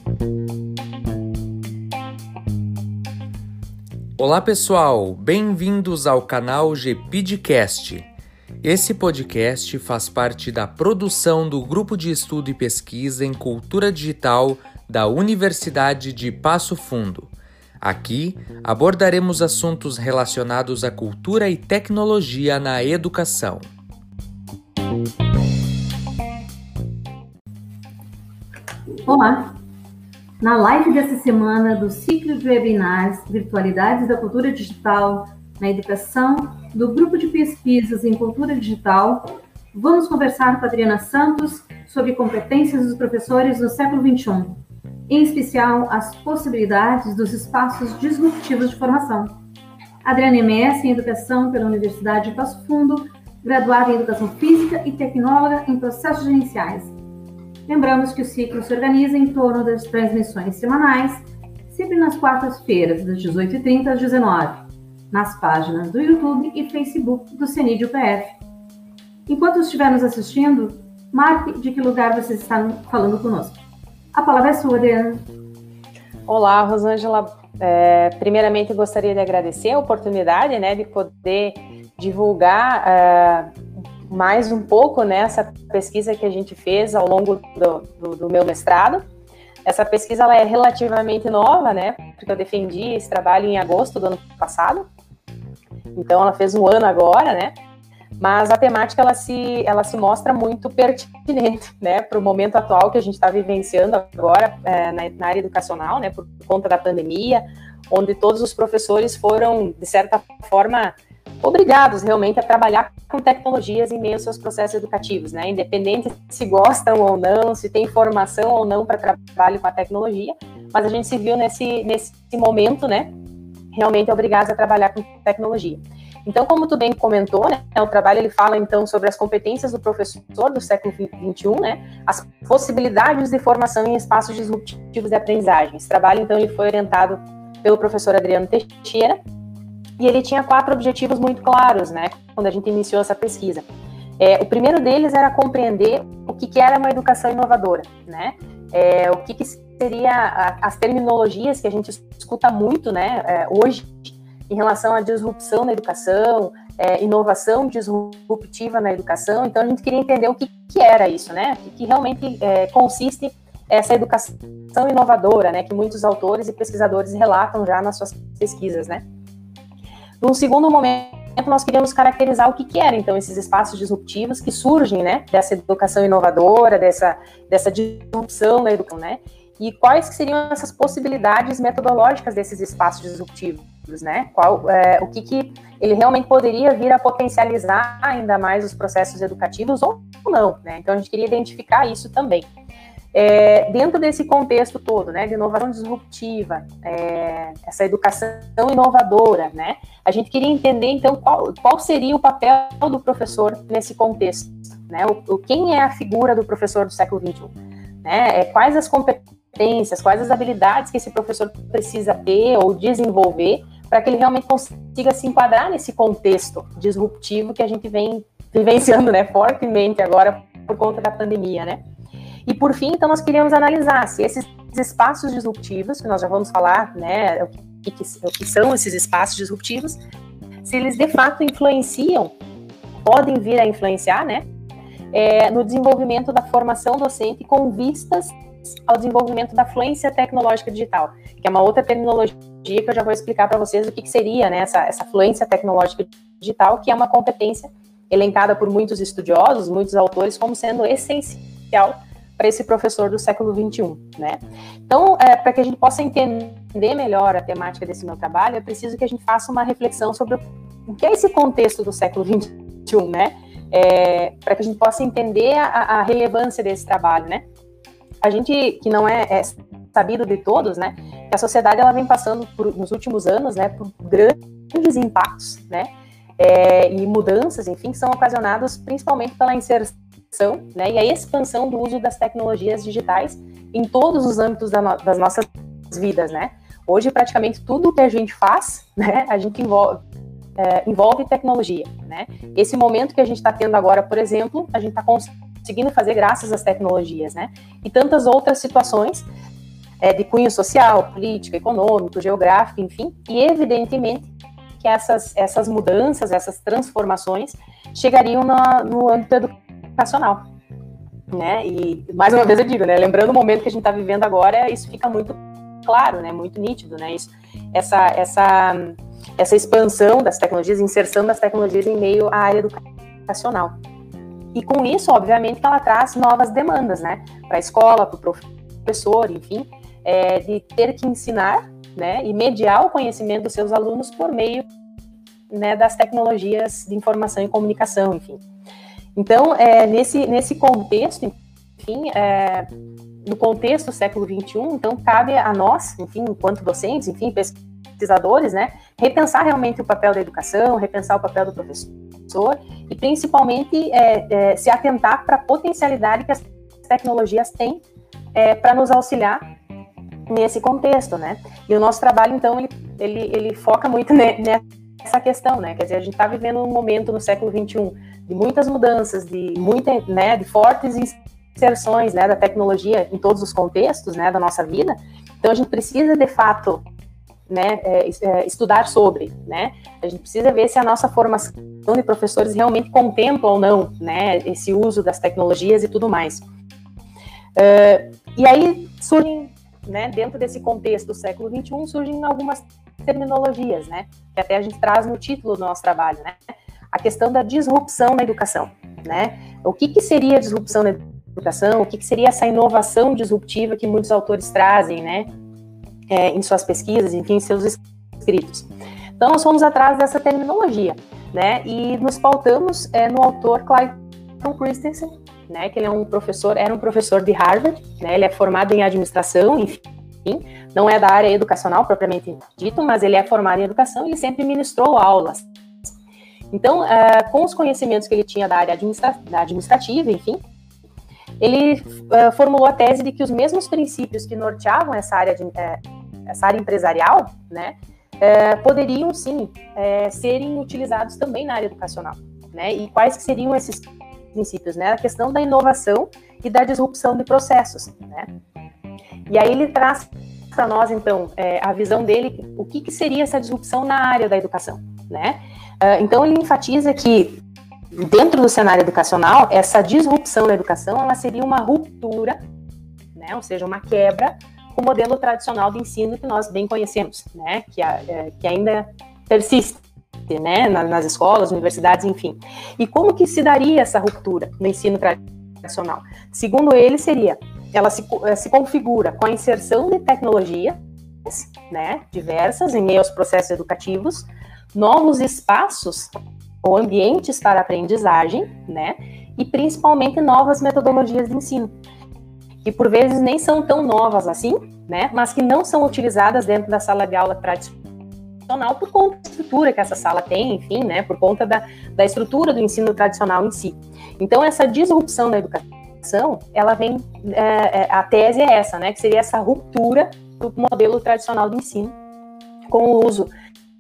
Olá pessoal, bem-vindos ao canal GPDcast. Esse podcast faz parte da produção do Grupo de Estudo e Pesquisa em Cultura Digital da Universidade de Passo Fundo. Aqui abordaremos assuntos relacionados à cultura e tecnologia na educação. Olá! Na live dessa semana do ciclo de webinars Virtualidades da Cultura Digital na Educação, do Grupo de Pesquisas em Cultura Digital, vamos conversar com a Adriana Santos sobre competências dos professores no século XXI, em especial as possibilidades dos espaços disruptivos de formação. Adriana é mestre em Educação pela Universidade de Passo Fundo, graduada em Educação Física e tecnóloga em Processos Gerenciais. Lembramos que o ciclo se organiza em torno das transmissões semanais, sempre nas quartas-feiras, das 18h30 às 19h, nas páginas do YouTube e Facebook do CENID UPF. Enquanto estiver nos assistindo, marque de que lugar vocês estão falando conosco. A palavra é sua, Adriana. Olá, Rosângela. Primeiramente, gostaria de agradecer a oportunidade, de poder divulgar mais um pouco essa pesquisa que a gente fez ao longo do meu mestrado. Essa pesquisa ela é relativamente nova, porque eu defendi esse trabalho em agosto do ano passado. Então, ela fez um ano agora, mas a temática ela se mostra muito pertinente, para o momento atual que a gente está vivenciando agora na área educacional, por conta da pandemia, onde todos os professores foram, de certa forma, obrigados realmente a trabalhar com tecnologias em meio aos seus processos educativos, independente se gostam ou não, se tem formação ou não para trabalho com a tecnologia, mas a gente se viu nesse momento, realmente obrigados a trabalhar com tecnologia. Então, como tu bem comentou, o trabalho ele fala então sobre as competências do professor do século XXI, as possibilidades de formação em espaços disruptivos de aprendizagem. Esse trabalho então ele foi orientado pelo professor Adriano Teixeira, e ele tinha 4 objetivos muito claros, quando a gente iniciou essa pesquisa. O primeiro deles era compreender o que era uma educação inovadora, o que seria as terminologias que a gente escuta muito, hoje, em relação à disrupção na educação, inovação disruptiva na educação. Então, a gente queria entender o que era isso, o que realmente consiste essa educação inovadora, que muitos autores e pesquisadores relatam já nas suas pesquisas, Num segundo momento, nós queríamos caracterizar o que eram, então, esses espaços disruptivos que surgem, dessa educação inovadora, dessa disrupção na educação, e quais que seriam essas possibilidades metodológicas desses espaços disruptivos, o que ele realmente poderia vir a potencializar ainda mais os processos educativos ou não, Então, a gente queria identificar isso também. Dentro desse contexto todo, de inovação disruptiva, essa educação inovadora, a gente queria entender, então, qual seria o papel do professor nesse contexto, quem é a figura do professor do século XXI, quais as competências, quais as habilidades que esse professor precisa ter ou desenvolver para que ele realmente consiga se enquadrar nesse contexto disruptivo que a gente vem vivenciando, fortemente agora por conta da pandemia, E, por fim, então, nós queríamos analisar se esses espaços disruptivos, que nós já vamos falar, o que são esses espaços disruptivos, se eles, de fato, podem vir a influenciar, no desenvolvimento da formação docente com vistas ao desenvolvimento da fluência tecnológica digital, que é uma outra terminologia que eu já vou explicar para vocês o que seria, essa fluência tecnológica digital, que é uma competência elencada por muitos estudiosos, muitos autores, como sendo essencial para esse professor do século XXI, Então, para que a gente possa entender melhor a temática desse meu trabalho, é preciso que a gente faça uma reflexão sobre o que é esse contexto do século XXI, para que a gente possa entender a relevância desse trabalho, A gente, que não é sabido de todos, que a sociedade ela vem passando nos últimos anos, por grandes impactos, e mudanças, enfim, que são ocasionadas principalmente pela inserção e a expansão do uso das tecnologias digitais em todos os âmbitos das nossas vidas, Hoje, praticamente tudo que a gente faz, a gente envolve tecnologia, Esse momento que a gente está tendo agora, por exemplo, a gente está conseguindo fazer graças às tecnologias, E tantas outras situações de cunho social, político, econômico, geográfico, enfim, e evidentemente que essas mudanças, essas transformações chegariam no âmbito educacional, né? E mais uma vez eu digo, né, lembrando o momento que a gente está vivendo agora, isso fica muito claro, né, muito nítido, né, essa expansão das tecnologias, inserção das tecnologias em meio à área educacional. E com isso, obviamente, que ela traz novas demandas, né, para a escola, para o professor, enfim, de ter que ensinar, né, e mediar o conhecimento dos seus alunos por meio, né, das tecnologias de informação e comunicação, enfim. Então, nesse contexto, enfim, no contexto do século XXI, então cabe a nós, enfim, enquanto docentes, enfim, pesquisadores, né, repensar realmente o papel da educação, repensar o papel do professor e principalmente se atentar para a potencialidade que as tecnologias têm para nos auxiliar nesse contexto, né? E o nosso trabalho, então, ele foca muito nessa questão, né? Quer dizer, a gente está vivendo um momento no século XXI de muitas mudanças, de fortes inserções, né, da tecnologia em todos os contextos, né, da nossa vida. Então, a gente precisa, de fato, né, estudar sobre, né? A gente precisa ver se a nossa formação de professores realmente contempla ou não, né, esse uso das tecnologias e tudo mais. E aí surgem, né, dentro desse contexto do século XXI, surgem algumas terminologias, né, que até a gente traz no título do nosso trabalho, né, a questão da disrupção na educação, né, o que seria a disrupção na educação, o que seria essa inovação disruptiva que muitos autores trazem, né, em suas pesquisas, enfim, em seus escritos. Então, nós fomos atrás dessa terminologia, né, e nos pautamos no autor Clayton Christensen, né, que ele era um professor de Harvard, né, ele é formado em administração, enfim, não é da área educacional propriamente dito, mas ele é formado em educação e ele sempre ministrou aulas. Então, com os conhecimentos que ele tinha da área administrativa, enfim, ele formulou a tese de que os mesmos princípios que norteavam essa área empresarial, né, poderiam, sim, serem utilizados também na área educacional, né, e quais que seriam esses princípios, né, a questão da inovação e da disrupção de processos, né. E aí ele traz para nós, então, a visão dele, o que seria essa disrupção na área da educação, né. Então ele enfatiza que dentro do cenário educacional, essa disrupção da educação, ela seria uma ruptura, né, ou seja, uma quebra com o modelo tradicional de ensino que nós bem conhecemos, né, que ainda persiste, né, nas escolas, universidades, enfim. E como que se daria essa ruptura no ensino tradicional? Segundo ele, ela se configura com a inserção de tecnologias, né, diversas em meio aos processos educativos, novos espaços ou ambientes para aprendizagem, né, e principalmente novas metodologias de ensino, que por vezes nem são tão novas assim, né, mas que não são utilizadas dentro da sala de aula tradicional por conta da estrutura que essa sala tem, enfim, né, por conta da estrutura do ensino tradicional em si. Então, essa disrupção da educação, ela vem, a tese é essa, né, que seria essa ruptura do modelo tradicional de ensino, com o uso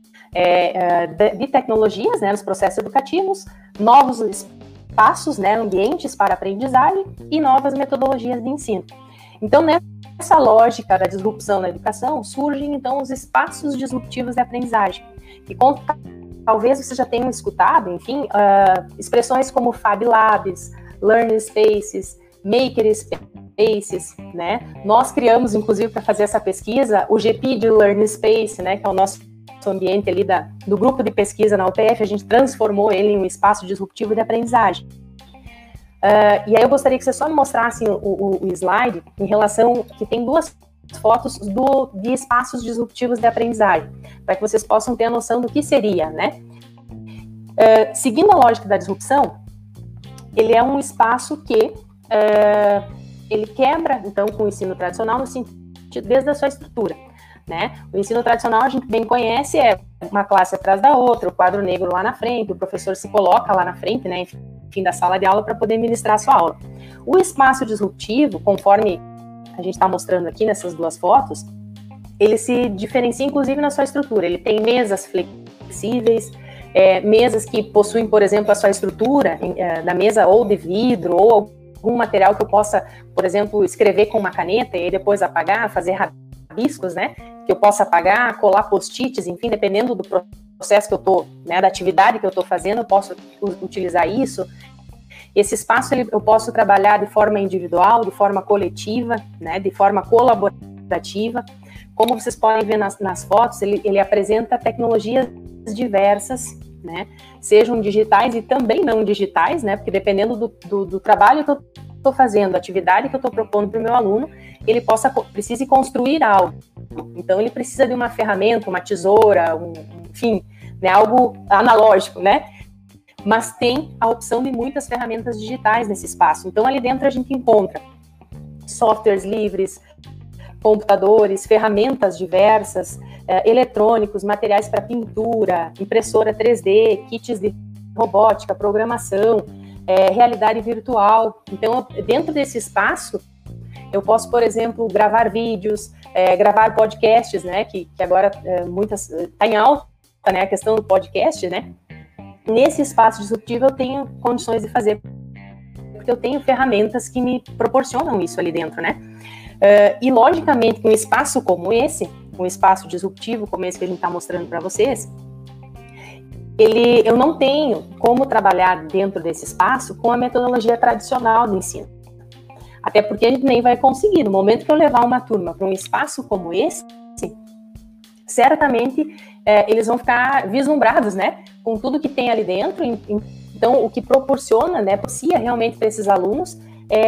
de tecnologias, né, nos processos educativos, novos espaços, né, ambientes para aprendizagem e novas metodologias de ensino. Então, nessa lógica da disrupção na educação, surgem, então, os espaços disruptivos de aprendizagem, que talvez você já tenha escutado, enfim, expressões como Fab Labs, Learning Spaces, Maker Spaces, né? Nós criamos, inclusive, para fazer essa pesquisa, o GPD Learning Space, né, que é o nosso ambiente ali do grupo de pesquisa na UTF, a gente transformou ele em um espaço disruptivo de aprendizagem. E aí eu gostaria que você só me mostrasse o slide em relação, que tem duas fotos de espaços disruptivos de aprendizagem, para que vocês possam ter a noção do que seria, né? Seguindo a lógica da disrupção, ele é um espaço que ele quebra, então, com o ensino tradicional no sentido, desde a sua estrutura, né? O ensino tradicional, a gente bem conhece, é uma classe atrás da outra, o quadro negro lá na frente, o professor se coloca lá na frente, né, enfim, da sala de aula para poder ministrar a sua aula. O espaço disruptivo, conforme a gente está mostrando aqui nessas duas fotos, ele se diferencia, inclusive, na sua estrutura. Ele tem mesas flexíveis, mesas que possuem, por exemplo, a sua estrutura da mesa ou de vidro ou algum material que eu possa, por exemplo, escrever com uma caneta e depois apagar, fazer rabiscos, né? Que eu possa apagar, colar post-its, enfim, dependendo do processo que eu estou, né, da atividade que eu estou fazendo, eu posso utilizar isso. Esse espaço eu posso trabalhar de forma individual, de forma coletiva, né, de forma colaborativa. Como vocês podem ver nas fotos, ele apresenta tecnologias diversas, né, sejam digitais e também não digitais, né, porque dependendo do trabalho que eu estou fazendo, a atividade que eu estou propondo para o meu aluno, ele precise construir algo. Então, ele precisa de uma ferramenta, uma tesoura, enfim, né, algo analógico, né? Mas tem a opção de muitas ferramentas digitais nesse espaço. Então, ali dentro a gente encontra softwares livres, computadores, ferramentas diversas, eletrônicos, materiais para pintura, impressora 3D, kits de robótica, programação, realidade virtual. Então, dentro desse espaço, eu posso, por exemplo, gravar vídeos, gravar podcasts, né, que agora está em alta, né, a questão do podcast, né. Nesse espaço disruptivo eu tenho condições de fazer, porque eu tenho ferramentas que me proporcionam isso ali dentro, né. E, logicamente, um espaço como esse, um espaço disruptivo como esse que a gente está mostrando para vocês, eu não tenho como trabalhar dentro desse espaço com a metodologia tradicional do ensino. Até porque a gente nem vai conseguir. No momento que eu levar uma turma para um espaço como esse, certamente eles vão ficar vislumbrados, né, com tudo que tem ali dentro. Então, o que proporciona, né, propicia realmente para esses alunos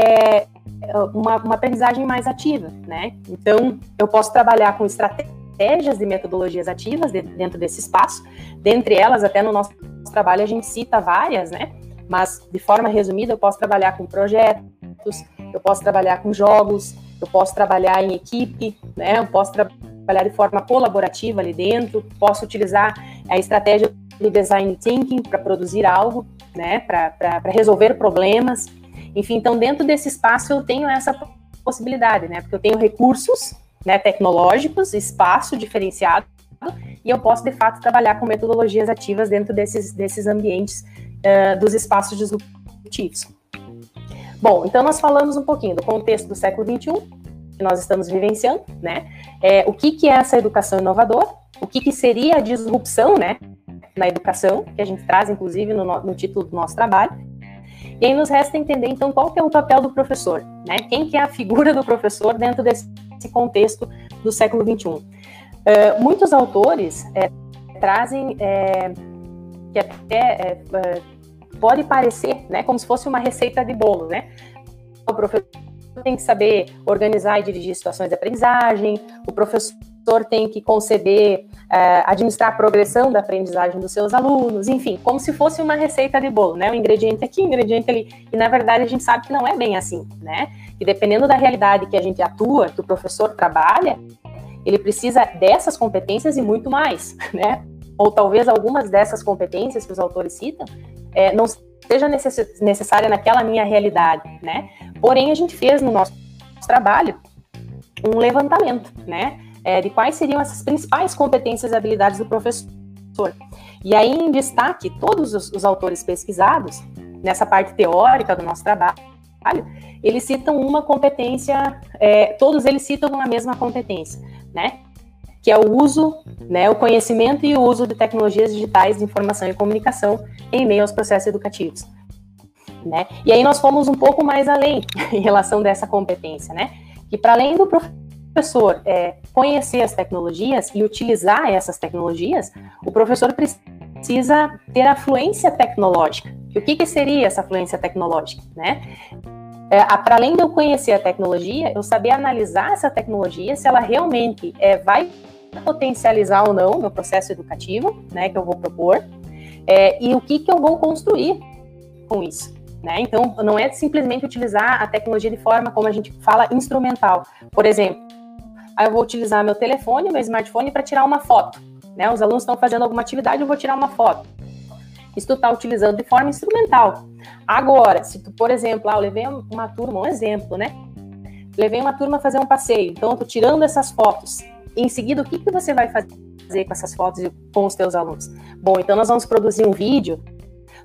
uma aprendizagem mais ativa, né? Então, eu posso trabalhar com estratégias de metodologias ativas dentro desse espaço. Dentre elas, até no nosso trabalho, a gente cita várias, né? Mas, de forma resumida, eu posso trabalhar com projetos, eu posso trabalhar com jogos, eu posso trabalhar em equipe, né? Eu posso trabalhar de forma colaborativa ali dentro, posso utilizar a estratégia do design thinking para produzir algo, né? Para resolver problemas. Enfim, então, dentro desse espaço eu tenho essa possibilidade, né? Porque eu tenho recursos, né, tecnológicos, espaço diferenciado, e eu posso, de fato, trabalhar com metodologias ativas dentro desses ambientes dos espaços disruptivos. Bom, então nós falamos um pouquinho do contexto do século XXI, que nós estamos vivenciando, né? O que é essa educação inovadora, o que seria a disrupção, né, na educação, que a gente traz, inclusive, no título do nosso trabalho. E aí nos resta entender, então, qual que é o papel do professor, né? Quem que é a figura do professor dentro desse contexto do século XXI? Muitos autores trazem que até pode parecer, né, como se fosse uma receita de bolo, né? O professor tem que saber organizar e dirigir situações de aprendizagem, o professor tem que conceber, administrar a progressão da aprendizagem dos seus alunos, enfim, como se fosse uma receita de bolo, né? Um ingrediente aqui, um ingrediente ali. E, na verdade, a gente sabe que não é bem assim, né? E dependendo da realidade que a gente atua, que o professor trabalha, ele precisa dessas competências e muito mais, né? Ou talvez algumas dessas competências que os autores citam não seja necessária naquela minha realidade, né? Porém, a gente fez no nosso trabalho um levantamento, né? De quais seriam essas principais competências e habilidades do professor. E aí, em destaque, todos os autores pesquisados, nessa parte teórica do nosso trabalho, eles citam uma competência, todos eles citam uma mesma competência, né? Que é o uso, né, o conhecimento e o uso de tecnologias digitais de informação e comunicação em meio aos processos educativos, né? E aí nós fomos um pouco mais além em relação dessa competência, né? Que para além do professor conhecer as tecnologias e utilizar essas tecnologias, o professor precisa ter a fluência tecnológica. E o que seria essa fluência tecnológica, né? Para além de eu conhecer a tecnologia, eu saber analisar essa tecnologia, se ela realmente vai potencializar ou não o meu processo educativo, né, que eu vou propor, e o que eu vou construir com isso, né? Então, não é simplesmente utilizar a tecnologia de forma, como a gente fala, instrumental. Por exemplo, eu vou utilizar meu telefone, meu smartphone para tirar uma foto, né? Os alunos estão fazendo alguma atividade, eu vou tirar uma foto. Isso tu está utilizando de forma instrumental. Agora, se tu, por exemplo, eu levei uma turma, um exemplo, né? Levei uma turma a fazer um passeio, então eu tô tirando essas fotos. Em seguida, o que você vai fazer com essas fotos e com os teus alunos? Bom, então nós vamos produzir um vídeo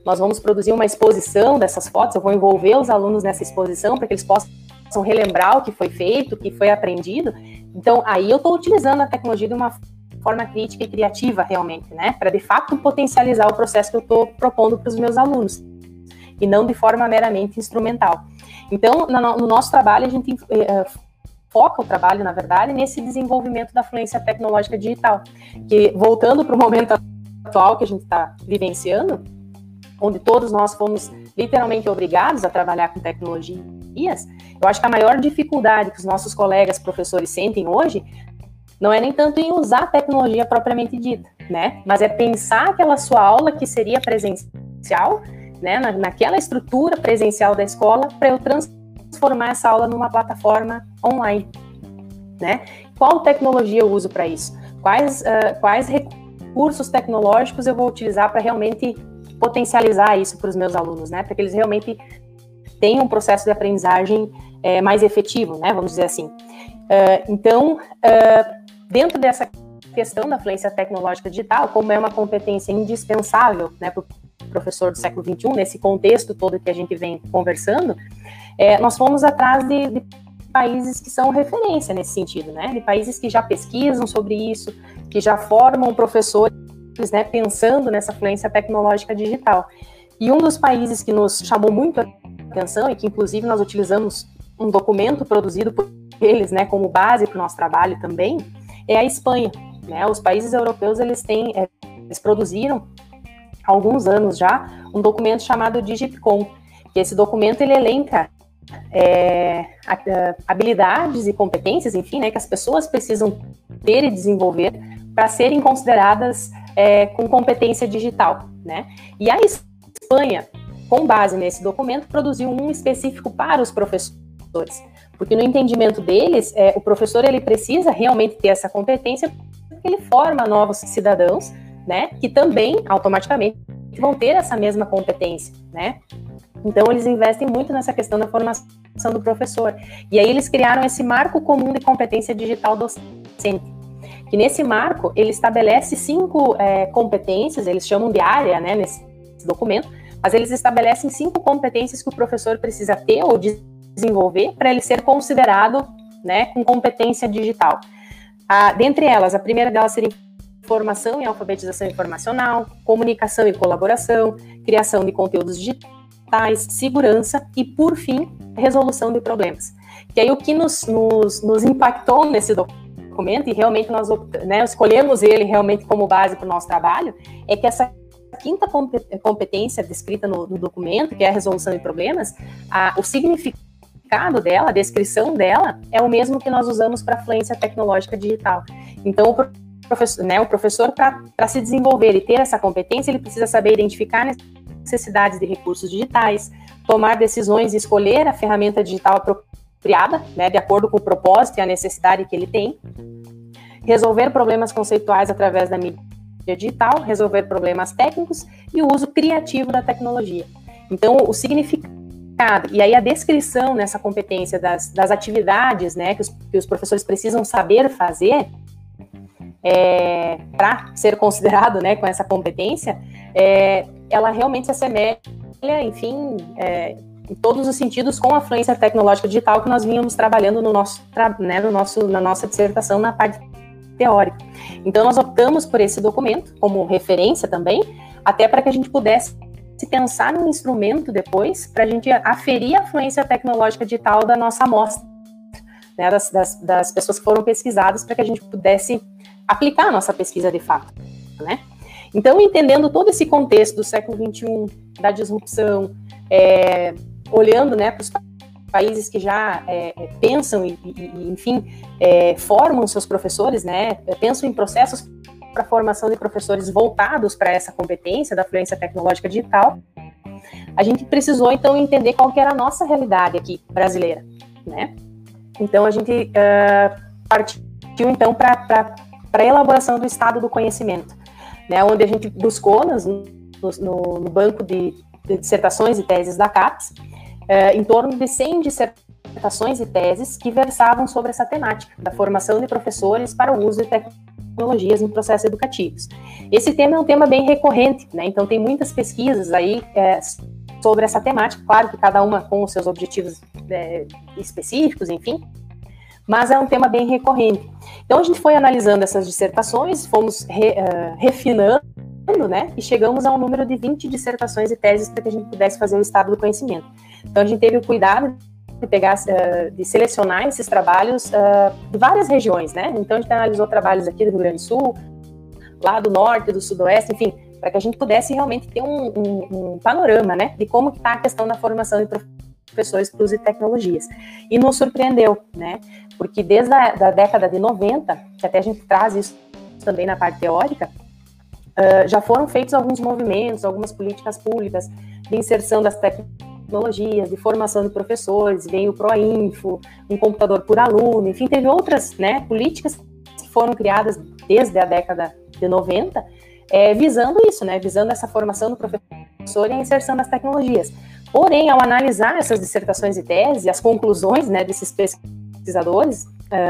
nós vamos produzir uma exposição dessas fotos, eu vou envolver os alunos nessa exposição para que eles possam relembrar o que foi feito, o que foi aprendido. Então, aí eu estou utilizando a tecnologia de uma forma crítica e criativa, realmente, né? Para, de fato, potencializar o processo que eu estou propondo para os meus alunos, e não de forma meramente instrumental. Então, no nosso trabalho, a gente foca o trabalho, na verdade, nesse desenvolvimento da fluência tecnológica digital, que, voltando para o momento atual que a gente está vivenciando, onde todos nós fomos literalmente obrigados a trabalhar com tecnologias, eu acho que a maior dificuldade que os nossos colegas professores sentem hoje não é nem tanto em usar a tecnologia propriamente dita, né? Mas é pensar aquela sua aula que seria presencial, né? Naquela estrutura presencial da escola, para eu transformar essa aula numa plataforma online, né? Qual tecnologia eu uso para isso? Quais recursos tecnológicos eu vou utilizar para realmente potencializar isso para os meus alunos, né? Para que eles realmente tenham um processo de aprendizagem mais efetivo, né? Vamos dizer assim. Então, dentro dessa questão da fluência tecnológica digital, como é uma competência indispensável, né, para o professor do século XXI, nesse contexto todo que a gente vem conversando, nós fomos atrás de países que são referência nesse sentido, né? De países que já pesquisam sobre isso, que já formam professores, né, pensando nessa fluência tecnológica digital. E um dos países que nos chamou muito a atenção, e que inclusive nós utilizamos um documento produzido por eles, né, como base para o nosso trabalho também, é a Espanha, né? Os países europeus, eles produziram há alguns anos já um documento chamado DigitCom, que esse documento ele elenca habilidades e competências, enfim, né, que as pessoas precisam ter e desenvolver para serem consideradas com competência digital, né? E a Espanha, com base nesse documento, produziu um específico para os professores, porque no entendimento deles, o professor ele precisa realmente ter essa competência, porque ele forma novos cidadãos, né, que também automaticamente vão ter essa mesma competência, né? Então eles investem muito nessa questão da formação do professor. E aí eles criaram esse marco comum de competência digital docente, que nesse marco ele estabelece 5 competências, eles chamam de área, né, nesse documento, mas eles estabelecem 5 competências que o professor precisa ter ou desenvolver para ele ser considerado, né, com competência digital. Dentre elas, a primeira delas seria formação e alfabetização informacional, comunicação e colaboração, criação de conteúdos digitais, segurança e, por fim, resolução de problemas. Que aí o que nos impactou nesse documento, e realmente nós, né, escolhemos ele realmente como base para o nosso trabalho, é que essa quinta competência descrita no documento, que é a resolução de problemas, o significado dela, a descrição dela, é o mesmo que nós usamos para a fluência tecnológica digital. Então, o professor, para se desenvolver e ter essa competência, ele precisa saber identificar necessidades de recursos digitais, tomar decisões e escolher a ferramenta digital apropriada, né, de acordo com o propósito e a necessidade que ele tem, resolver problemas conceituais através da mídia digital, resolver problemas técnicos e o uso criativo da tecnologia. Então, o significado e aí a descrição nessa competência das atividades, né, que os professores precisam saber fazer para ser considerado, né, com essa competência, ela realmente se assemelha, enfim, em todos os sentidos com a fluência tecnológica digital que nós vínhamos trabalhando na nossa dissertação na parte teórica. Então, nós optamos por esse documento como referência também, até para que a gente pudesse pensar num instrumento depois para a gente aferir a fluência tecnológica digital da nossa amostra, né, das pessoas que foram pesquisadas, para que a gente pudesse aplicar a nossa pesquisa de fato, né? Então, entendendo todo esse contexto do século XXI, da disrupção, olhando, né, para os países que já pensam e enfim, formam seus professores, né, pensam em processos para a formação de professores voltados para essa competência da fluência tecnológica digital, a gente precisou, então, entender qual que era a nossa realidade aqui, brasileira, né? Então, a gente partiu, então, para a elaboração do estado do conhecimento, né, onde a gente buscou no banco de dissertações e teses da CAPES, em torno de 100 dissertações e teses que versavam sobre essa temática da formação de professores para o uso de tecnologias em processos educativos. Esse tema é um tema bem recorrente, né? Então tem muitas pesquisas aí sobre essa temática, claro que cada uma com os seus objetivos específicos, enfim, mas é um tema bem recorrente. Então a gente foi analisando essas dissertações, fomos refinando, né, e chegamos a um número de 20 dissertações e teses para que a gente pudesse fazer o estado do conhecimento. Então a gente teve o cuidado de pegar, de selecionar esses trabalhos de várias regiões, né? Então a gente analisou trabalhos aqui do Rio Grande do Sul, lá do norte, do sudoeste, enfim, para que a gente pudesse realmente ter um panorama, né, de como está a questão da formação de professores para uso de tecnologias. E nos surpreendeu, né, porque desde a década de 90, que até a gente traz isso também na parte teórica, já foram feitos alguns movimentos, algumas políticas públicas de inserção das tecnologias, de formação de professores, veio o Proinfo, um computador por aluno, enfim, teve outras, né, políticas que foram criadas desde a década de 90, visando isso, né, visando essa formação do professor e a inserção das tecnologias. Porém, ao analisar essas dissertações e teses, as conclusões, né, desses pesquisadores,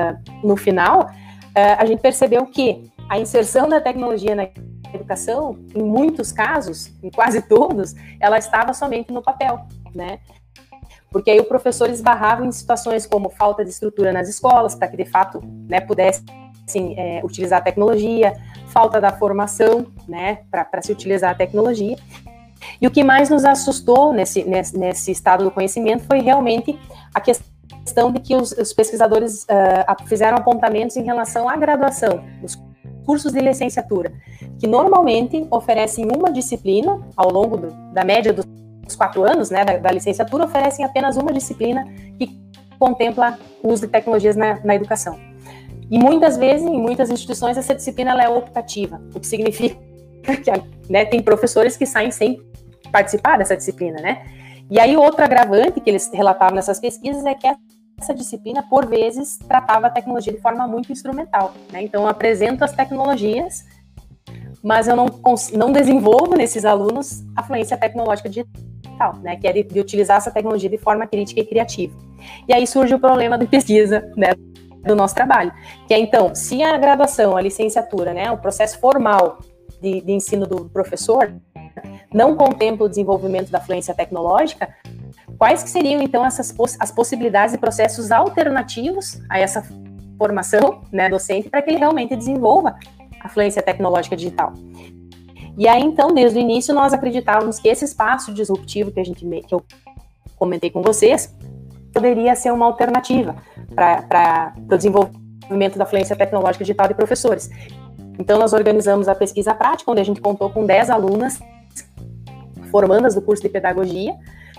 no final, a gente percebeu que a inserção da tecnologia na educação, em muitos casos, em quase todos, ela estava somente no papel, né? Porque aí o professor esbarrava em situações como falta de estrutura nas escolas, para que de fato, né, pudessem utilizar a tecnologia, falta da formação, né, para se utilizar a tecnologia. E o que mais nos assustou nesse estado do conhecimento foi realmente a questão de que os pesquisadores fizeram apontamentos em relação à graduação, os cursos de licenciatura, que normalmente oferecem uma disciplina ao longo da média dos 4 anos, né, da licenciatura, oferecem apenas uma disciplina que contempla o uso de tecnologias na educação. E muitas vezes, em muitas instituições, essa disciplina ela é optativa, o que significa que, né, tem professores que saem sem participar dessa disciplina, né? E aí outro agravante que eles relatavam nessas pesquisas é que essa disciplina, por vezes, tratava a tecnologia de forma muito instrumental, né? Então, eu apresento as tecnologias, mas eu não desenvolvo nesses alunos a fluência tecnológica digital, né? Que é de utilizar essa tecnologia de forma crítica e criativa. E aí surge o problema de pesquisa, né, do nosso trabalho, que é, então, se a graduação, a licenciatura, né, o processo formal de ensino do professor não contempla o desenvolvimento da fluência tecnológica, quais que seriam, então, as possibilidades e processos alternativos a essa formação, né, docente, para que ele realmente desenvolva a fluência tecnológica digital? E aí, então, desde o início, nós acreditávamos que esse espaço disruptivo que eu comentei com vocês poderia ser uma alternativa para o desenvolvimento da fluência tecnológica digital de professores. Então, nós organizamos a pesquisa prática, onde a gente contou com 10 alunas formandas do curso de pedagogia,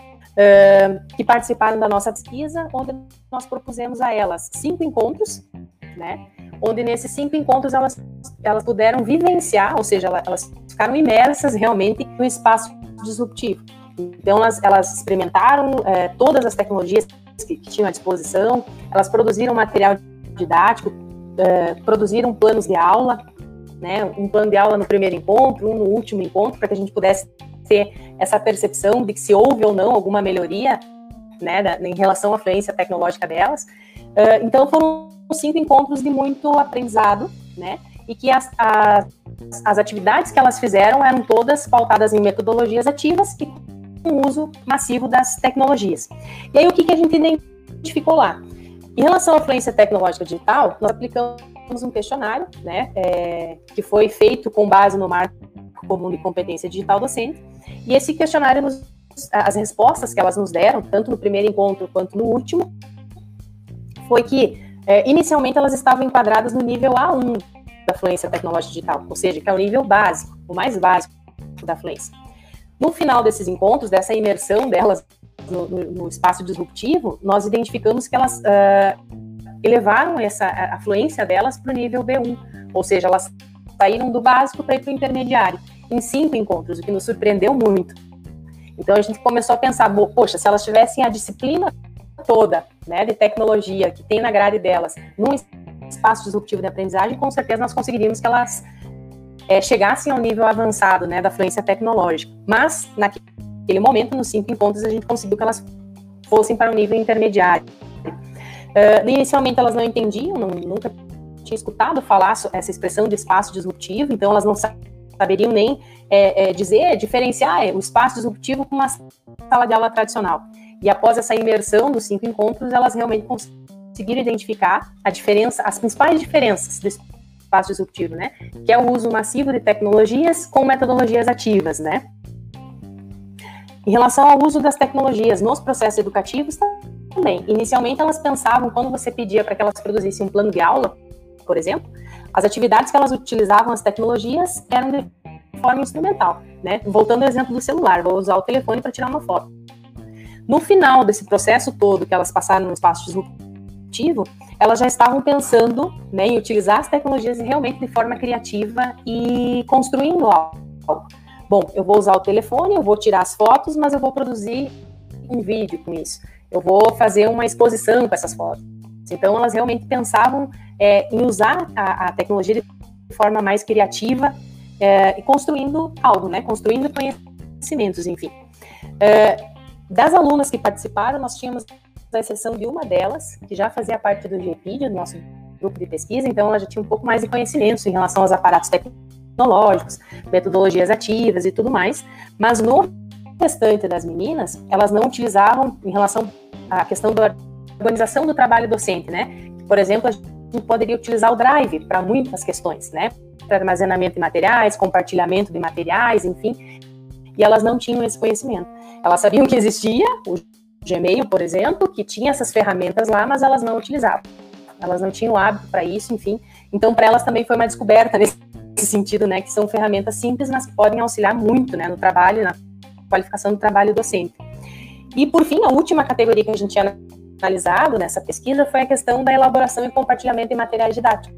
que participaram da nossa pesquisa, onde nós propusemos a elas 5 encontros, né, onde nesses 5 encontros elas puderam vivenciar, ou seja, elas ficaram imersas realmente no espaço disruptivo. Então, elas experimentaram todas as tecnologias que tinham à disposição, elas produziram material didático, produziram planos de aula, né, um plano de aula no primeiro encontro, um no último encontro, para que a gente pudesse ter essa percepção de que se houve ou não alguma melhoria, né, em relação à fluência tecnológica delas. Então, foram 5 encontros de muito aprendizado, né, e que as atividades que elas fizeram eram todas pautadas em metodologias ativas e com uso massivo das tecnologias. E aí, o que a gente identificou lá? Em relação à fluência tecnológica digital, nós aplicamos um questionário, né, que foi feito com base no Marco Comum de Competência Digital Docente, e esse questionário, as respostas que elas nos deram, tanto no primeiro encontro quanto no último, foi que, inicialmente, elas estavam enquadradas no nível A1 da fluência tecnológica digital, ou seja, que é o nível básico, o mais básico da fluência. No final desses encontros, dessa imersão delas no espaço disruptivo, nós identificamos que elas elevaram a fluência delas para o nível B1, ou seja, elas saíram do básico para ir para o intermediário, em 5 encontros, o que nos surpreendeu muito. Então, a gente começou a pensar, poxa, se elas tivessem a disciplina toda, né, de tecnologia que tem na grade delas, num espaço disruptivo de aprendizagem, com certeza nós conseguiríamos que elas chegassem ao nível avançado, né, da fluência tecnológica. Mas, naquele momento, nos 5 encontros, a gente conseguiu que elas fossem para o nível intermediário. Inicialmente, elas não entendiam, nunca tinham escutado falar essa expressão de espaço disruptivo, então elas não saberiam nem diferenciar o espaço disruptivo com uma sala de aula tradicional. E após essa imersão dos 5 encontros, elas realmente conseguiram identificar as principais diferenças do espaço disruptivo, né? Que é o uso massivo de tecnologias com metodologias ativas, né? Em relação ao uso das tecnologias nos processos educativos, também. Inicialmente, elas pensavam, quando você pedia para que elas produzissem um plano de aula, por exemplo, as atividades que elas utilizavam as tecnologias eram de forma instrumental, né? Voltando ao exemplo do celular, vou usar o telefone para tirar uma foto. No final desse processo todo que elas passaram no espaço disruptivo, elas já estavam pensando, né, em utilizar as tecnologias realmente de forma criativa e construindo algo. Bom, eu vou usar o telefone, eu vou tirar as fotos, mas eu vou produzir um vídeo com isso. Eu vou fazer uma exposição com essas fotos. Então, elas realmente pensavam em usar a tecnologia de forma mais criativa e construindo algo, né? Construindo conhecimentos, enfim. Das alunas que participaram, nós tínhamos a exceção de uma delas, que já fazia parte do GPID, do nosso grupo de pesquisa, então ela já tinha um pouco mais de conhecimentos em relação aos aparatos tecnológicos, metodologias ativas e tudo mais, mas no restante das meninas, elas não utilizavam em relação à questão da organização do trabalho docente, né? Por exemplo, a gente poderia utilizar o Drive para muitas questões, né? Para armazenamento de materiais, compartilhamento de materiais, enfim, e elas não tinham esse conhecimento. Elas sabiam que existia o Gmail, por exemplo, que tinha essas ferramentas lá, mas elas não utilizavam. Elas não tinham hábito para isso, enfim. Então, para elas também foi uma descoberta nesse sentido, né? Que são ferramentas simples, mas que podem auxiliar muito, né? No trabalho, na qualificação do trabalho docente. E, por fim, a última categoria que a gente tinha analisado nessa pesquisa foi a questão da elaboração e compartilhamento de materiais didáticos.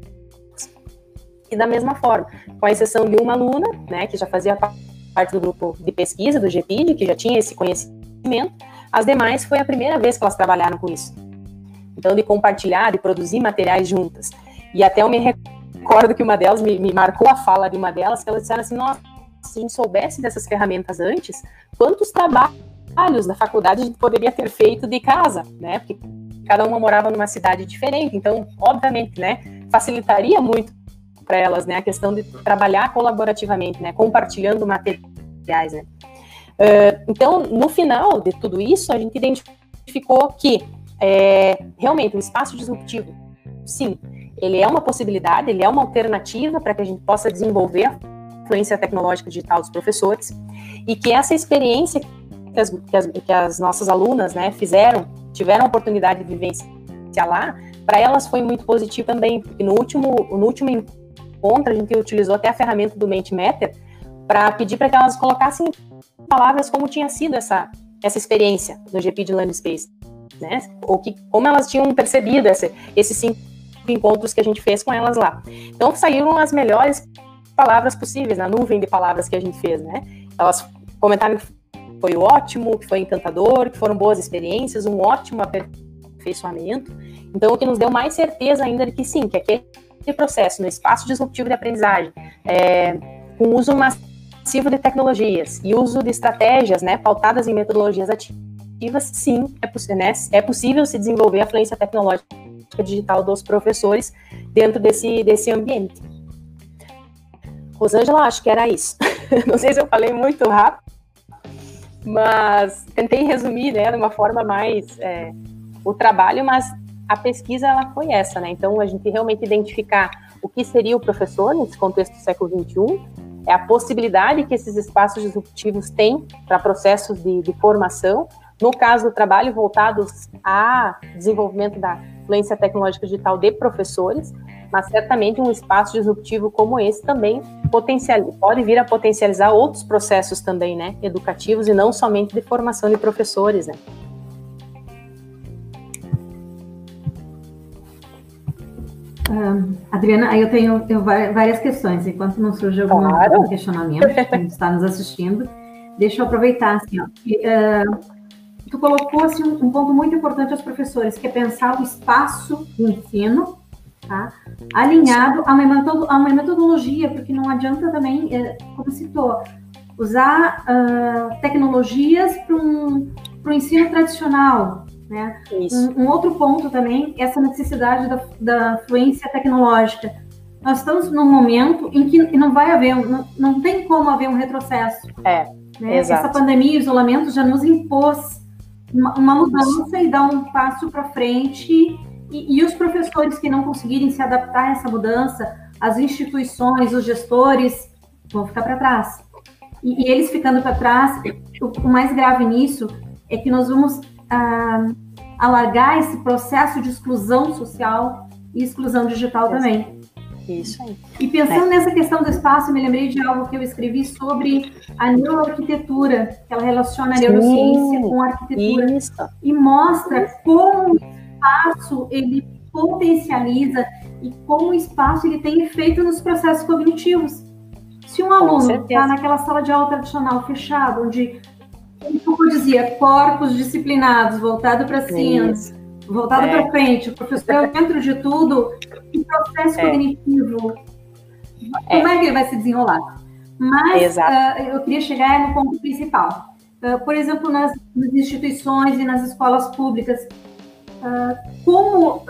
E da mesma forma, com a exceção de uma aluna, né? Que já fazia parte do grupo de pesquisa do GPID, que já tinha esse conhecimento, as demais foi a primeira vez que elas trabalharam com isso. Então, de compartilhar, de produzir materiais juntas. E até eu me recordo que uma delas me marcou a fala de uma delas, que elas disseram assim, nossa, se a gente soubesse dessas ferramentas antes, quantos trabalhos da faculdade a gente poderia ter feito de casa, né? Porque cada uma morava numa cidade diferente, então, obviamente, né, facilitaria muito para elas, né, a questão de trabalhar colaborativamente, né, compartilhando materiais, né. Então, no final de tudo isso, a gente identificou que realmente o espaço disruptivo, sim, ele é uma possibilidade, ele é uma alternativa para que a gente possa desenvolver a influência tecnológica digital dos professores e que essa experiência que as nossas alunas, né, tiveram a oportunidade de vivenciar lá, para elas foi muito positivo também, porque no último encontro a gente utilizou até a ferramenta do Mentimeter para pedir para que elas colocassem palavras como tinha sido essa experiência do GPID Learning Space, né? Como elas tinham percebido esses 5 encontros que a gente fez com elas lá. Então saíram as melhores palavras possíveis na nuvem de palavras que a gente fez, né? Elas comentaram que foi ótimo, que foi encantador, que foram boas experiências, um ótimo aperfeiçoamento. Então o que nos deu mais certeza ainda de que sim, que aquele processo no espaço disruptivo de aprendizagem, com uso massivo de tecnologias e uso de estratégias, né, pautadas em metodologias ativas, sim, é possível se desenvolver a fluência tecnológica digital dos professores dentro desse ambiente. Rosângela, acho que era isso. Não sei se eu falei muito rápido, mas tentei resumir, né, de uma forma mais o trabalho, mas a pesquisa ela foi essa, né? Então, a gente realmente identificar o que seria o professor nesse contexto do século XXI, é a possibilidade que esses espaços disruptivos têm para processos de formação, no caso do trabalho voltados a desenvolvimento da fluência tecnológica digital de professores, mas certamente um espaço disruptivo como esse também pode vir a potencializar outros processos também, né, educativos e não somente de formação de professores, né. Adriana, aí eu tenho várias questões, enquanto não surge algum questionamento, quem está nos assistindo, deixa eu aproveitar, assim, ó, tu colocou, assim, um ponto muito importante aos professores, que é pensar o espaço do ensino, tá, alinhado a uma metodologia, porque não adianta também, como citou, usar tecnologias para o ensino tradicional, né? Um outro ponto também é essa necessidade da fluência tecnológica. Nós estamos num momento em que não vai haver, não tem como haver um retrocesso. Né? Essa pandemia e o isolamento já nos impôs uma mudança e dar um passo para frente, e os professores que não conseguirem se adaptar a essa mudança, as instituições, os gestores vão ficar para trás. E eles ficando para trás, o mais grave nisso é que nós vamos alargar esse processo de exclusão social e exclusão digital também. Isso aí. E pensando nessa questão do espaço, me lembrei de algo que eu escrevi sobre a neuroarquitetura, que ela relaciona a neurociência com a arquitetura. Isso. E mostra como o espaço ele potencializa e como o espaço ele tem efeito nos processos cognitivos. Se um aluno está naquela sala de aula tradicional fechada, onde, como eu dizia, corpos disciplinados, voltado para cima, voltado para frente, o professor é o centro de tudo, o processo cognitivo, como é que ele vai se desenrolar? Mas eu queria chegar no ponto principal. Por exemplo, nas instituições e nas escolas públicas, como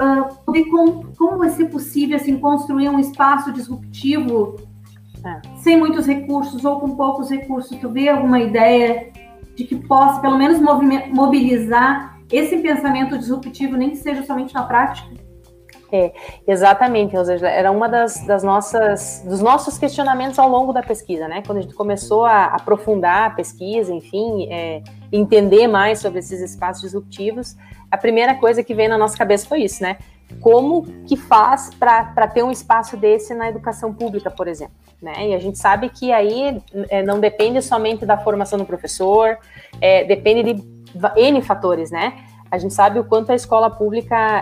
vai ser possível assim, construir um espaço disruptivo sem muitos recursos ou com poucos recursos? Tu vê alguma ideia de que possa, pelo menos, mobilizar esse pensamento disruptivo, nem que seja somente na prática? Exatamente, Rosângela. Era uma dos nossos questionamentos ao longo da pesquisa, né? Quando a gente começou a aprofundar a pesquisa, enfim, entender mais sobre esses espaços disruptivos, a primeira coisa que veio na nossa cabeça foi isso, né? Como que faz para ter um espaço desse na educação pública, por exemplo, né? E a gente sabe que aí não depende somente da formação do professor, depende de N fatores, né? A gente sabe o quanto a escola pública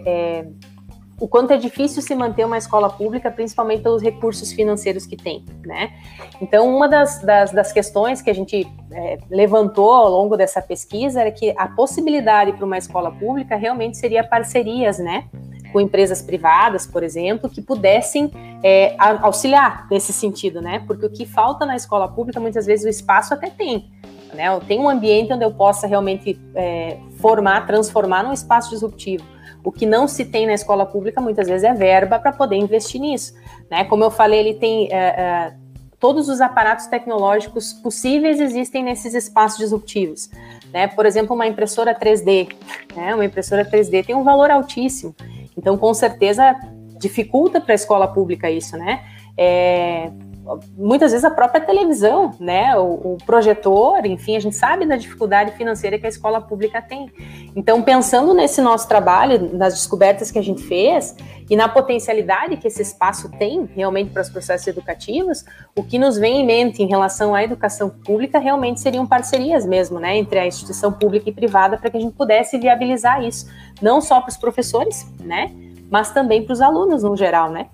o quanto é difícil se manter uma escola pública, principalmente pelos recursos financeiros que tem, né? Então, uma das questões que a gente levantou ao longo dessa pesquisa era que a possibilidade para uma escola pública realmente seria parcerias, né? Com empresas privadas, por exemplo, que pudessem auxiliar nesse sentido, né? Porque o que falta na escola pública, muitas vezes o espaço até tem, né? Eu tenho um ambiente onde eu possa realmente transformar num espaço disruptivo. O que não se tem na escola pública, muitas vezes, é verba para poder investir nisso, né? Como eu falei, ele tem todos os aparatos tecnológicos possíveis existem nesses espaços disruptivos, né? Por exemplo, uma impressora 3D, né? Uma impressora 3D tem um valor altíssimo, então, com certeza, dificulta para a escola pública isso, né? Muitas vezes a própria televisão, né, o projetor, enfim, a gente sabe da dificuldade financeira que a escola pública tem. Então, pensando nesse nosso trabalho, nas descobertas que a gente fez e na potencialidade que esse espaço tem realmente para os processos educativos, o que nos vem em mente em relação à educação pública realmente seriam parcerias mesmo, né, entre a instituição pública e privada, para que a gente pudesse viabilizar isso, não só para os professores, né, mas também para os alunos no geral, né.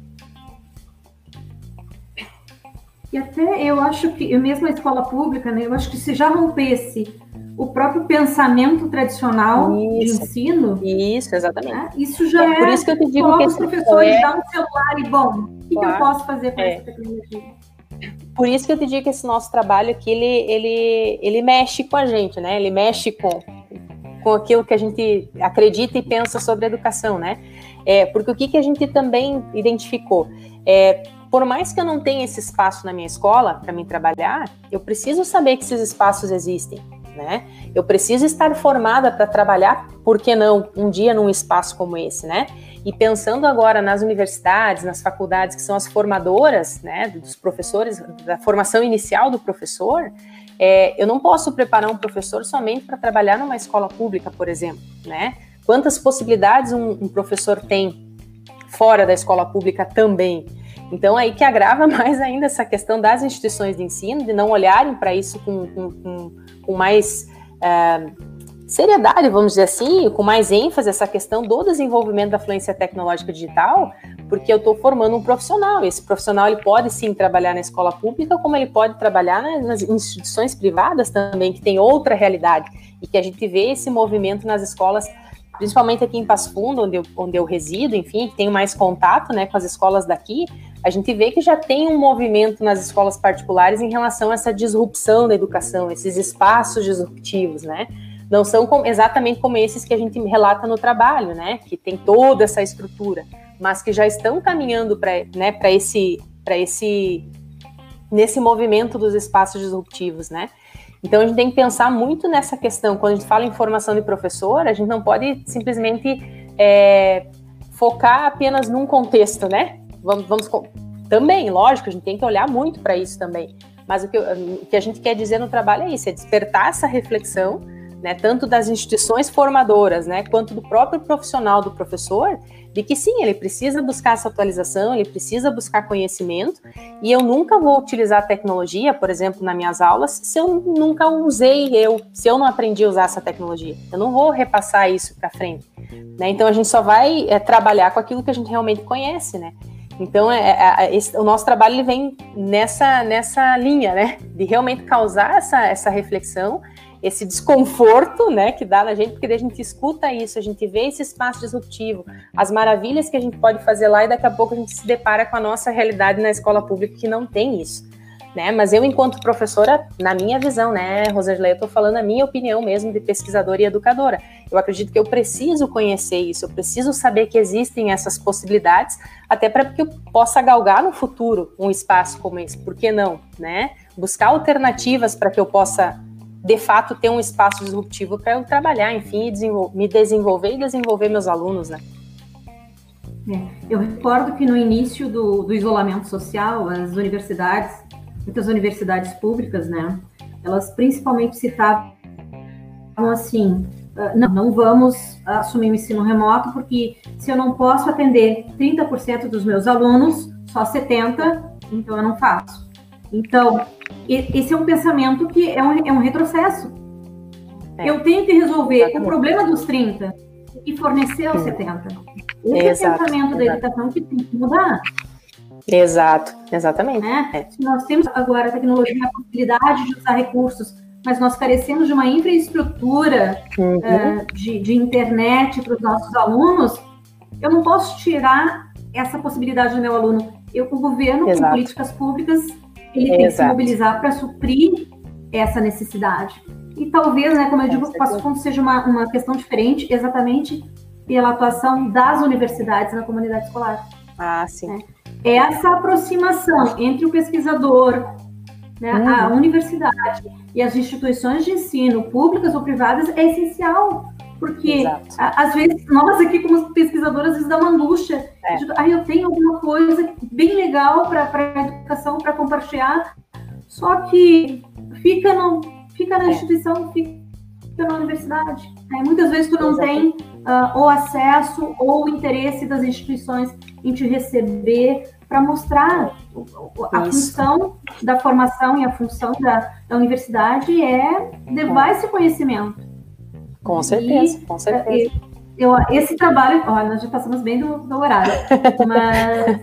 E até eu acho que, mesmo a escola pública, né, eu acho que se já rompesse o próprio pensamento tradicional de ensino... Isso, exatamente. Né, isso já por isso que eu te digo que os professores dão um celular e, bom, o que eu posso fazer com essa tecnologia? Por isso que eu te digo que esse nosso trabalho aqui, ele mexe com a gente, né? Ele mexe com aquilo que a gente acredita e pensa sobre a educação, né? Porque o que a gente também identificou? Por mais que eu não tenha esse espaço na minha escola para mim trabalhar, eu preciso saber que esses espaços existem, né? Eu preciso estar formada para trabalhar, por que não, um dia num espaço como esse, né? E pensando agora nas universidades, nas faculdades, que são as formadoras, né, dos professores, da formação inicial do professor, eu não posso preparar um professor somente para trabalhar numa escola pública, por exemplo, né? Quantas possibilidades um professor tem fora da escola pública também? Então, aí que agrava mais ainda essa questão das instituições de ensino, de não olharem para isso com mais seriedade, vamos dizer assim, com mais ênfase, essa questão do desenvolvimento da fluência tecnológica digital, porque eu estou formando um profissional. Esse profissional ele pode, sim, trabalhar na escola pública, como ele pode trabalhar nas instituições privadas também, que tem outra realidade, e que a gente vê esse movimento nas escolas, principalmente aqui em Passo Fundo, onde eu resido, enfim, que tenho mais contato, né, com as escolas daqui. A gente vê que já tem um movimento nas escolas particulares em relação a essa disrupção da educação, esses espaços disruptivos, né? não são exatamente como esses que a gente relata no trabalho, né? Que tem toda essa estrutura, mas que já estão caminhando nesse movimento dos espaços disruptivos, né? Então, a gente tem que pensar muito nessa questão. Quando a gente fala em formação de professor, a gente não pode simplesmente focar apenas num contexto, né? Também, lógico, a gente tem que olhar muito para isso também. Mas o que a gente quer dizer no trabalho é isso, é despertar essa reflexão, né, tanto das instituições formadoras, né, quanto do próprio profissional do professor, de que sim, ele precisa buscar essa atualização, ele precisa buscar conhecimento, e eu nunca vou utilizar a tecnologia, por exemplo, nas minhas aulas, se eu nunca usei, se eu não aprendi a usar essa tecnologia. Eu não vou repassar isso para frente, né? Então a gente só vai trabalhar com aquilo que a gente realmente conhece, né? Então o nosso trabalho ele vem nessa linha, né? De realmente causar essa reflexão, esse desconforto, né, que dá na gente, porque daí a gente escuta isso, a gente vê esse espaço disruptivo, as maravilhas que a gente pode fazer lá, e daqui a pouco a gente se depara com a nossa realidade na escola pública que não tem isso, né? Mas eu, enquanto professora, na minha visão, né, Rosângela, eu estou falando a minha opinião mesmo de pesquisadora e educadora. Eu acredito que eu preciso conhecer isso, eu preciso saber que existem essas possibilidades, até para que eu possa galgar no futuro um espaço como esse. Por que não, né? Buscar alternativas para que eu possa, de fato, ter um espaço disruptivo para eu trabalhar, enfim, me desenvolver e desenvolver meus alunos, né? Eu recordo que no início do isolamento social, as universidades, muitas universidades públicas, né, elas principalmente citavam assim, não vamos assumir o ensino remoto, porque se eu não posso atender 30% dos meus alunos, só 70%, então eu não faço. Então, esse é um pensamento que é um retrocesso. Eu tenho que resolver o problema dos 30 e fornecer aos 70. Esse é o pensamento da educação que tem que mudar. Exato, exatamente. Se nós temos agora a tecnologia, a possibilidade de usar recursos, mas nós carecemos de uma infraestrutura de internet para os nossos alunos, eu não posso tirar essa possibilidade do meu aluno. O governo, com políticas públicas, ele tem que se mobilizar para suprir essa necessidade. E talvez, né, como eu digo, o seja uma questão diferente, exatamente pela atuação das universidades na comunidade escolar. Sim. Essa aproximação entre o pesquisador, né, a universidade e as instituições de ensino, públicas ou privadas, é essencial. Porque, às vezes, nós aqui, como pesquisadoras, às vezes dá uma angústia. Eu tenho alguma coisa bem legal para a educação, para compartilhar, só que fica na instituição, fica na universidade. Muitas vezes tu não tem o acesso ou o interesse das instituições em te receber para mostrar a função da formação e a função da universidade é levar esse conhecimento. Com certeza, com certeza. Esse trabalho, nós já passamos bem do horário, mas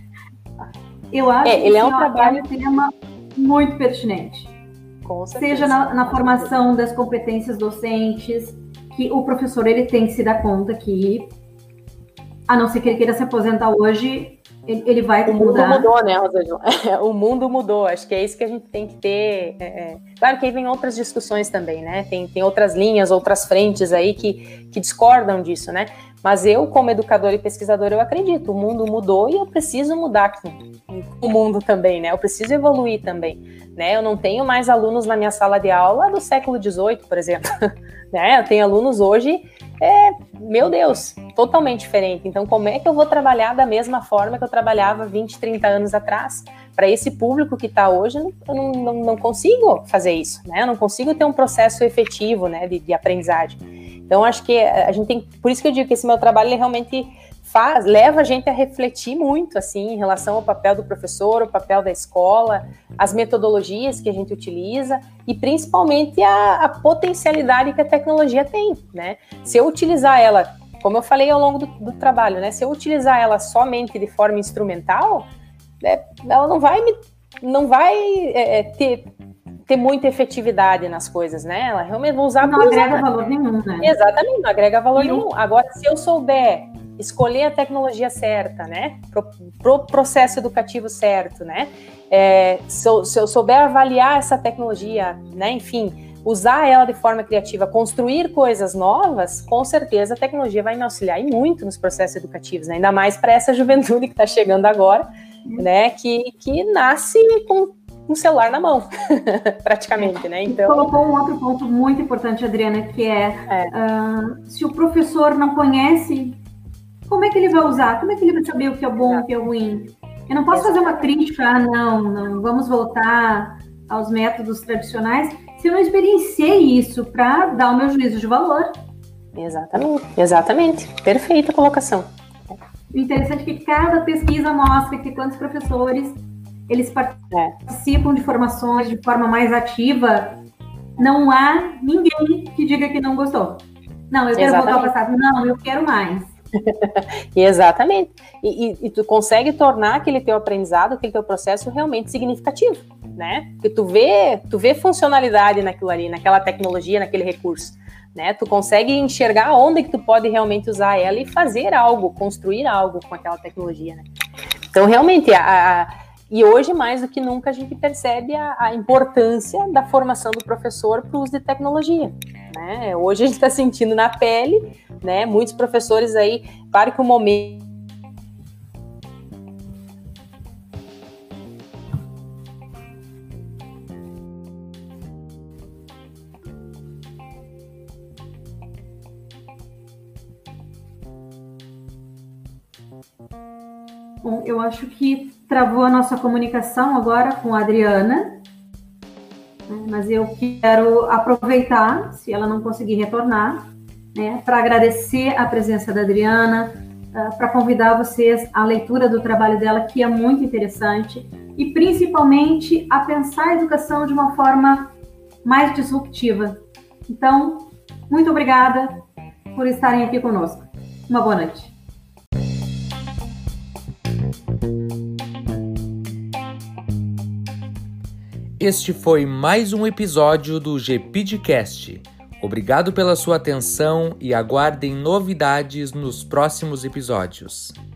eu acho que ele é um trabalho, é um tema muito pertinente. Com certeza. Seja na formação das competências docentes, que o professor ele tem que se dar conta que, a não ser que ele queira se aposentar hoje, ele vai mudar. O mundo mudou, né, Rosângela? O mundo mudou, acho que é isso que a gente tem que ter. Claro que aí vem outras discussões também, né? Tem outras linhas, outras frentes aí que discordam disso, né? Mas eu, como educadora e pesquisadora, eu acredito, o mundo mudou e eu preciso mudar com o mundo também, né? Eu preciso evoluir também, né? Eu não tenho mais alunos na minha sala de aula do século XVIII, por exemplo, né? Eu tenho alunos hoje, meu Deus, totalmente diferente. Então, como é que eu vou trabalhar da mesma forma que eu trabalhava 20, 30 anos atrás? Para esse público que está hoje, eu não consigo fazer isso, né? Eu não consigo ter um processo efetivo, né, de aprendizagem. Então, acho que a gente tem... Por isso que eu digo que esse meu trabalho, ele realmente leva a gente a refletir muito, assim, em relação ao papel do professor, o papel da escola, as metodologias que a gente utiliza e, principalmente, a potencialidade que a tecnologia tem, né? Se eu utilizar ela, como eu falei ao longo do trabalho, né? Se eu utilizar ela somente de forma instrumental, ela não vai ter muita efetividade nas coisas, né? Ela realmente vai usar... Não agrega valor nenhum, né? Exatamente, não agrega valor nenhum. Agora, se eu souber escolher a tecnologia certa, né? Pro processo educativo certo, né? Se eu souber avaliar essa tecnologia, né? Enfim, usar ela de forma criativa, construir coisas novas, com certeza a tecnologia vai me auxiliar e muito nos processos educativos, né? Ainda mais para essa juventude que está chegando agora, né? Que nasce com um celular na mão, praticamente, né? Então, colocou um outro ponto muito importante, Adriana, que se o professor não conhece, como é que ele vai usar? Como é que ele vai saber o que é bom, o que é ruim? Eu não posso fazer uma crítica, não, vamos voltar aos métodos tradicionais, se eu não experienciei isso para dar o meu juízo de valor. Exatamente. Perfeita colocação. O interessante é que cada pesquisa mostra que quando os professores eles participam de formações de forma mais ativa, não há ninguém que diga que não gostou. Não, eu quero voltar ao passado. Não, eu quero mais. Exatamente. E tu consegue tornar aquele teu aprendizado, aquele teu processo realmente significativo, né? Porque tu vê funcionalidade naquilo ali, naquela tecnologia, naquele recurso, né? Tu consegue enxergar onde que tu pode realmente usar ela e fazer algo, construir algo com aquela tecnologia, né? Então, realmente, e hoje, mais do que nunca, a gente percebe a importância da formação do professor para o uso de tecnologia, né? Hoje a gente está sentindo na pele, né? Muitos professores aí, claro que o momento... Bom, eu acho que travou a nossa comunicação agora com a Adriana, mas eu quero aproveitar, se ela não conseguir retornar, né, para agradecer a presença da Adriana, para convidar vocês à leitura do trabalho dela, que é muito interessante, e principalmente a pensar a educação de uma forma mais disruptiva. Então, muito obrigada por estarem aqui conosco. Uma boa noite. Este foi mais um episódio do GPDcast. Obrigado pela sua atenção e aguardem novidades nos próximos episódios.